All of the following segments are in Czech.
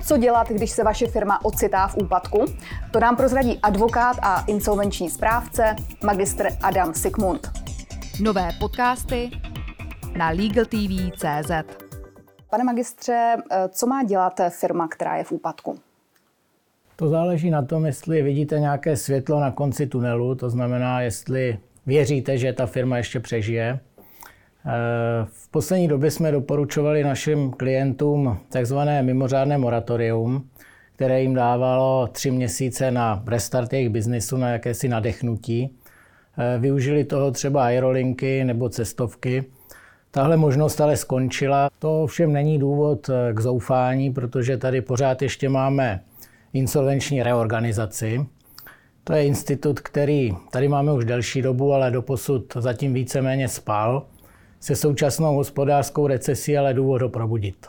Co dělat, když se vaše firma ocitá v úpadku? To nám prozradí advokát a insolvenční správce magistr Adam Sikmund. Nové podcasty na LegalTV.cz. Pane magistře, co má dělat firma, která je v úpadku? To záleží na tom, jestli vidíte nějaké světlo na konci tunelu, to znamená, jestli věříte, že ta firma ještě přežije. V poslední době jsme doporučovali našim klientům takzvané mimořádné moratorium, které jim dávalo 3 měsíce na restart jejich biznisu, na jakési nadechnutí. Využili toho třeba aerolinky nebo cestovky. Tahle možnost ale skončila. To ovšem není důvod k zoufání, protože tady pořád ještě máme insolvenční reorganizaci. To je institut, který tady máme už delší dobu, ale doposud zatím víceméně spal. Se současnou hospodářskou recesí ale důvod ho probudit.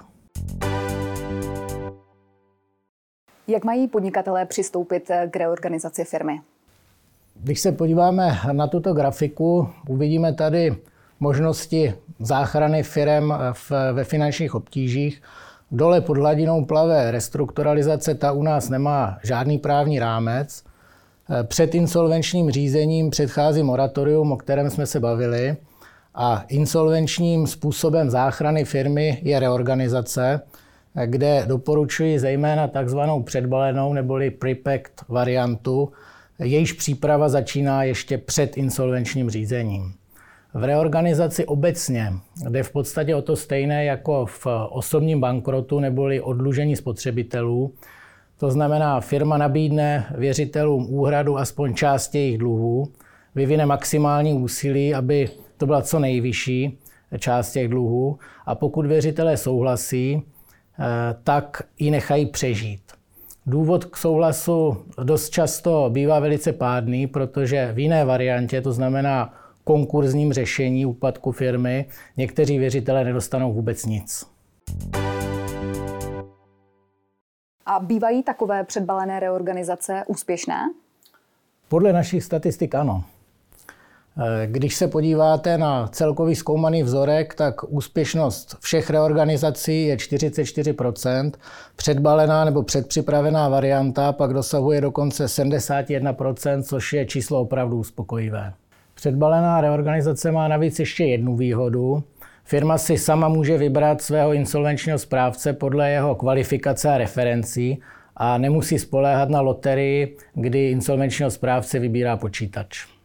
Jak mají podnikatelé přistoupit k reorganizaci firmy? Když se podíváme na tuto grafiku, uvidíme tady možnosti záchrany firem ve finančních obtížích. Dole pod hladinou plave restrukturalizace, ta u nás nemá žádný právní rámec. Před insolvenčním řízením předchází moratorium, o kterém jsme se bavili. A insolvenčním způsobem záchrany firmy je reorganizace, kde doporučuji zejména takzvanou předbalenou neboli prepacked variantu, jejíž příprava začíná ještě před insolvenčním řízením. V reorganizaci obecně jde v podstatě o to stejné jako v osobním bankrotu neboli oddlužení spotřebitelů. To znamená, firma nabídne věřitelům úhradu aspoň části jejich dluhů, vyvine maximální úsilí, aby to byla co nejvyšší část těch dluhů a pokud věřitelé souhlasí, tak ji nechají přežít. Důvod k souhlasu dost často bývá velice pádný, protože v jiné variantě, to znamená konkurzním řešení úpadku firmy, někteří věřitelé nedostanou vůbec nic. A bývají takové předbalené reorganizace úspěšné? Podle našich statistik ano. Když se podíváte na celkový zkoumaný vzorek, tak úspěšnost všech reorganizací je 44%. Předbalená nebo předpřipravená varianta pak dosahuje dokonce 71%, což je číslo opravdu uspokojivé. Předbalená reorganizace má navíc ještě jednu výhodu. Firma si sama může vybrat svého insolvenčního správce podle jeho kvalifikace a referencí a nemusí spoléhat na loterii, kdy insolvenčního správce vybírá počítač.